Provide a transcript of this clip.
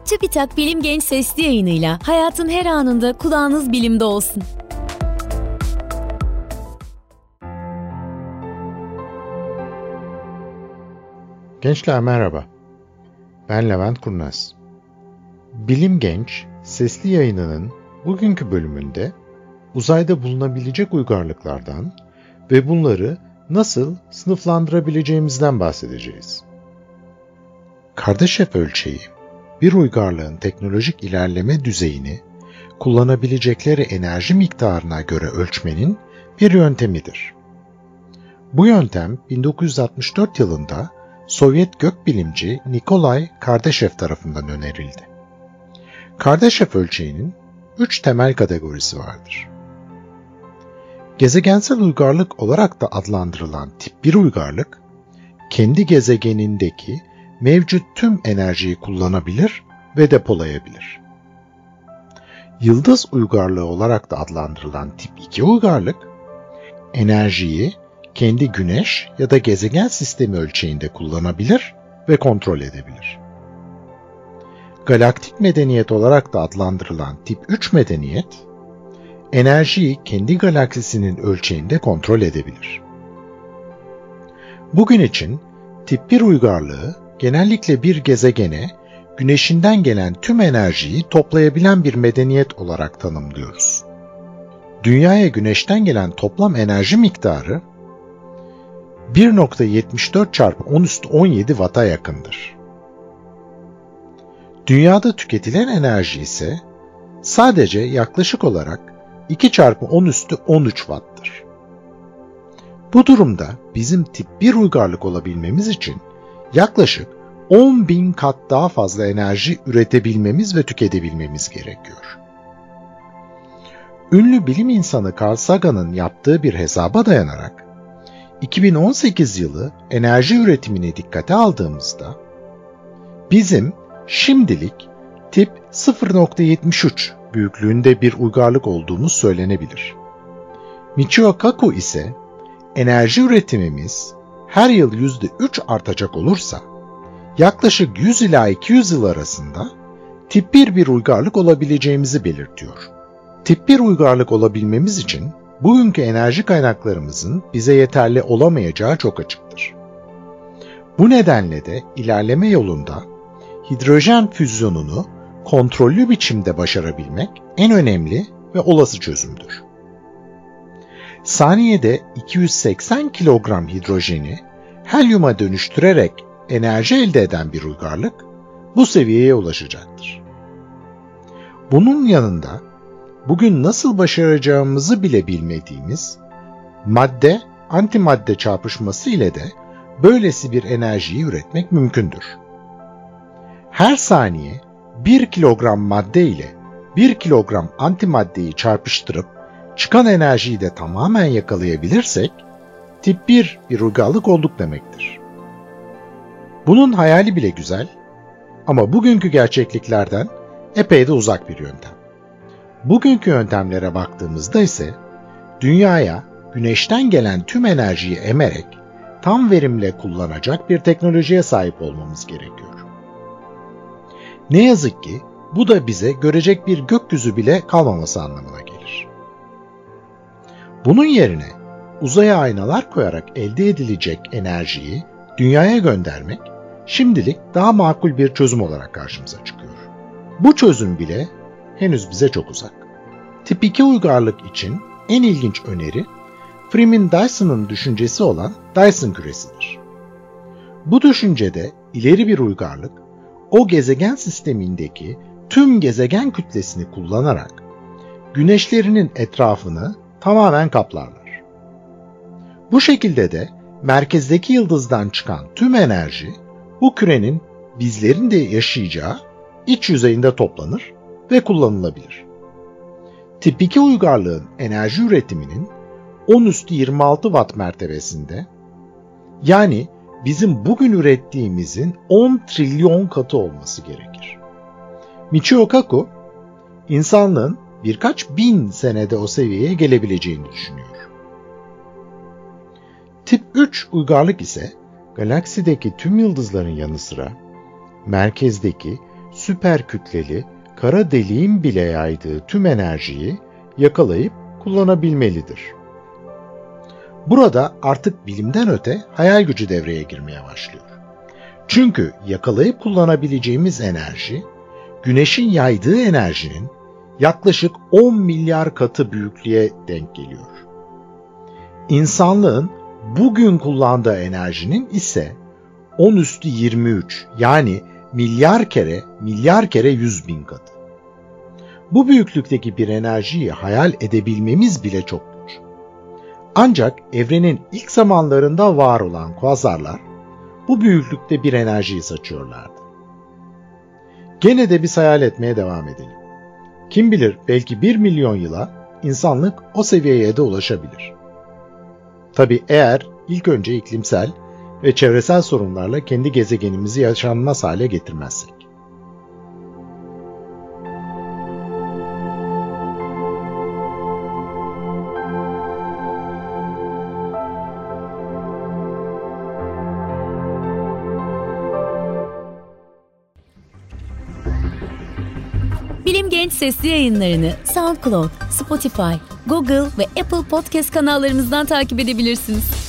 TÜBİTAK Bilim Genç sesli yayınıyla hayatın her anında kulağınız bilimde olsun. Gençler merhaba, ben Levent Kurnaz. Bilim Genç sesli yayınının bugünkü bölümünde uzayda bulunabilecek uygarlıklardan ve bunları nasıl sınıflandırabileceğimizden bahsedeceğiz. Kardashev ölçeği, bir uygarlığın teknolojik ilerleme düzeyini kullanabilecekleri enerji miktarına göre ölçmenin bir yöntemidir. Bu yöntem 1964 yılında Sovyet gökbilimci Nikolay Kardashev tarafından önerildi. Kardashev ölçeğinin 3 temel kategorisi vardır. Gezegensel uygarlık olarak da adlandırılan tip 1 uygarlık, kendi gezegenindeki mevcut tüm enerjiyi kullanabilir ve depolayabilir. Yıldız uygarlığı olarak da adlandırılan tip 2 uygarlık, enerjiyi kendi güneş ya da gezegen sistemi ölçeğinde kullanabilir ve kontrol edebilir. Galaktik medeniyet olarak da adlandırılan tip 3 medeniyet, enerjiyi kendi galaksisinin ölçeğinde kontrol edebilir. Bugün için tip 1 uygarlığı genellikle bir gezegene güneşinden gelen tüm enerjiyi toplayabilen bir medeniyet olarak tanımlıyoruz. Dünyaya güneşten gelen toplam enerji miktarı 1.74 çarpı 10 üstü 17 Watt'a yakındır. Dünyada tüketilen enerji ise sadece yaklaşık olarak 2 çarpı 10 üstü 13 Watt'tır. Bu durumda bizim tip 1 uygarlık olabilmemiz için yaklaşık 10.000 kat daha fazla enerji üretebilmemiz ve tüketebilmemiz gerekiyor. Ünlü bilim insanı Carl Sagan'ın yaptığı bir hesaba dayanarak 2018 yılı enerji üretimini dikkate aldığımızda bizim şimdilik tip 0.73 büyüklüğünde bir uygarlık olduğumuz söylenebilir. Michio Kaku ise enerji üretimimiz her yıl %3 artacak olursa yaklaşık 100 ila 200 yıl arasında tip 1 bir uygarlık olabileceğimizi belirtiyor. Tip 1 uygarlık olabilmemiz için bugünkü enerji kaynaklarımızın bize yeterli olamayacağı çok açıktır. Bu nedenle de ilerleme yolunda hidrojen füzyonunu kontrollü biçimde başarabilmek en önemli ve olası çözümdür. Saniyede 280 kilogram hidrojeni helyuma dönüştürerek enerji elde eden bir uygarlık bu seviyeye ulaşacaktır. Bunun yanında bugün nasıl başaracağımızı bile bilmediğimiz madde-antimadde çarpışması ile de böylesi bir enerjiyi üretmek mümkündür. Her saniye 1 kilogram madde ile 1 kilogram antimaddeyi çarpıştırıp çıkan enerjiyi de tamamen yakalayabilirsek tip 1 bir uygarlık olduk demektir. Bunun hayali bile güzel ama bugünkü gerçekliklerden epey de uzak bir yöntem. Bugünkü yöntemlere baktığımızda ise dünyaya güneşten gelen tüm enerjiyi emerek tam verimle kullanacak bir teknolojiye sahip olmamız gerekiyor. Ne yazık ki bu da bize görecek bir gökyüzü bile kalmaması anlamına gelir. Bunun yerine uzaya aynalar koyarak elde edilecek enerjiyi dünyaya göndermek şimdilik daha makul bir çözüm olarak karşımıza çıkıyor. Bu çözüm bile henüz bize çok uzak. Tip 2 uygarlık için en ilginç öneri Freeman Dyson'ın düşüncesi olan Dyson küresidir. Bu düşüncede ileri bir uygarlık o gezegen sistemindeki tüm gezegen kütlesini kullanarak güneşlerinin etrafını tamamen kaplarlar. Bu şekilde de merkezdeki yıldızdan çıkan tüm enerji bu kürenin bizlerin de yaşayacağı iç yüzeyinde toplanır ve kullanılabilir. Tip 2 uygarlığın enerji üretiminin 10 üstü 26 watt mertebesinde, yani bizim bugün ürettiğimizin 10 trilyon katı olması gerekir. Michio Kaku, insanlığın birkaç bin senede o seviyeye gelebileceğini düşünüyor. Tip 3 uygarlık ise galaksideki tüm yıldızların yanı sıra merkezdeki süper kütleli kara deliğin bile yaydığı tüm enerjiyi yakalayıp kullanabilmelidir. Burada artık bilimden öte hayal gücü devreye girmeye başlıyor. Çünkü yakalayıp kullanabileceğimiz enerji, Güneş'in yaydığı enerjinin yaklaşık 10 milyar katı büyüklüğe denk geliyor. İnsanlığın bugün kullandığı enerjinin ise 10⁻23 yani milyar kere 100 bin katı. Bu büyüklükteki bir enerjiyi hayal edebilmemiz bile çoktur. Ancak evrenin ilk zamanlarında var olan kuazarlar bu büyüklükte bir enerjiyi saçıyorlardı. Gene de biz hayal etmeye devam edelim. Kim bilir belki 1 milyon yıla insanlık o seviyeye de ulaşabilir. Tabii eğer ilk önce iklimsel ve çevresel sorunlarla kendi gezegenimizi yaşanmaz hale getirmezsek. Bilim Genç sesli yayınlarını SoundCloud, Spotify, Google ve Apple Podcast kanallarımızdan takip edebilirsiniz.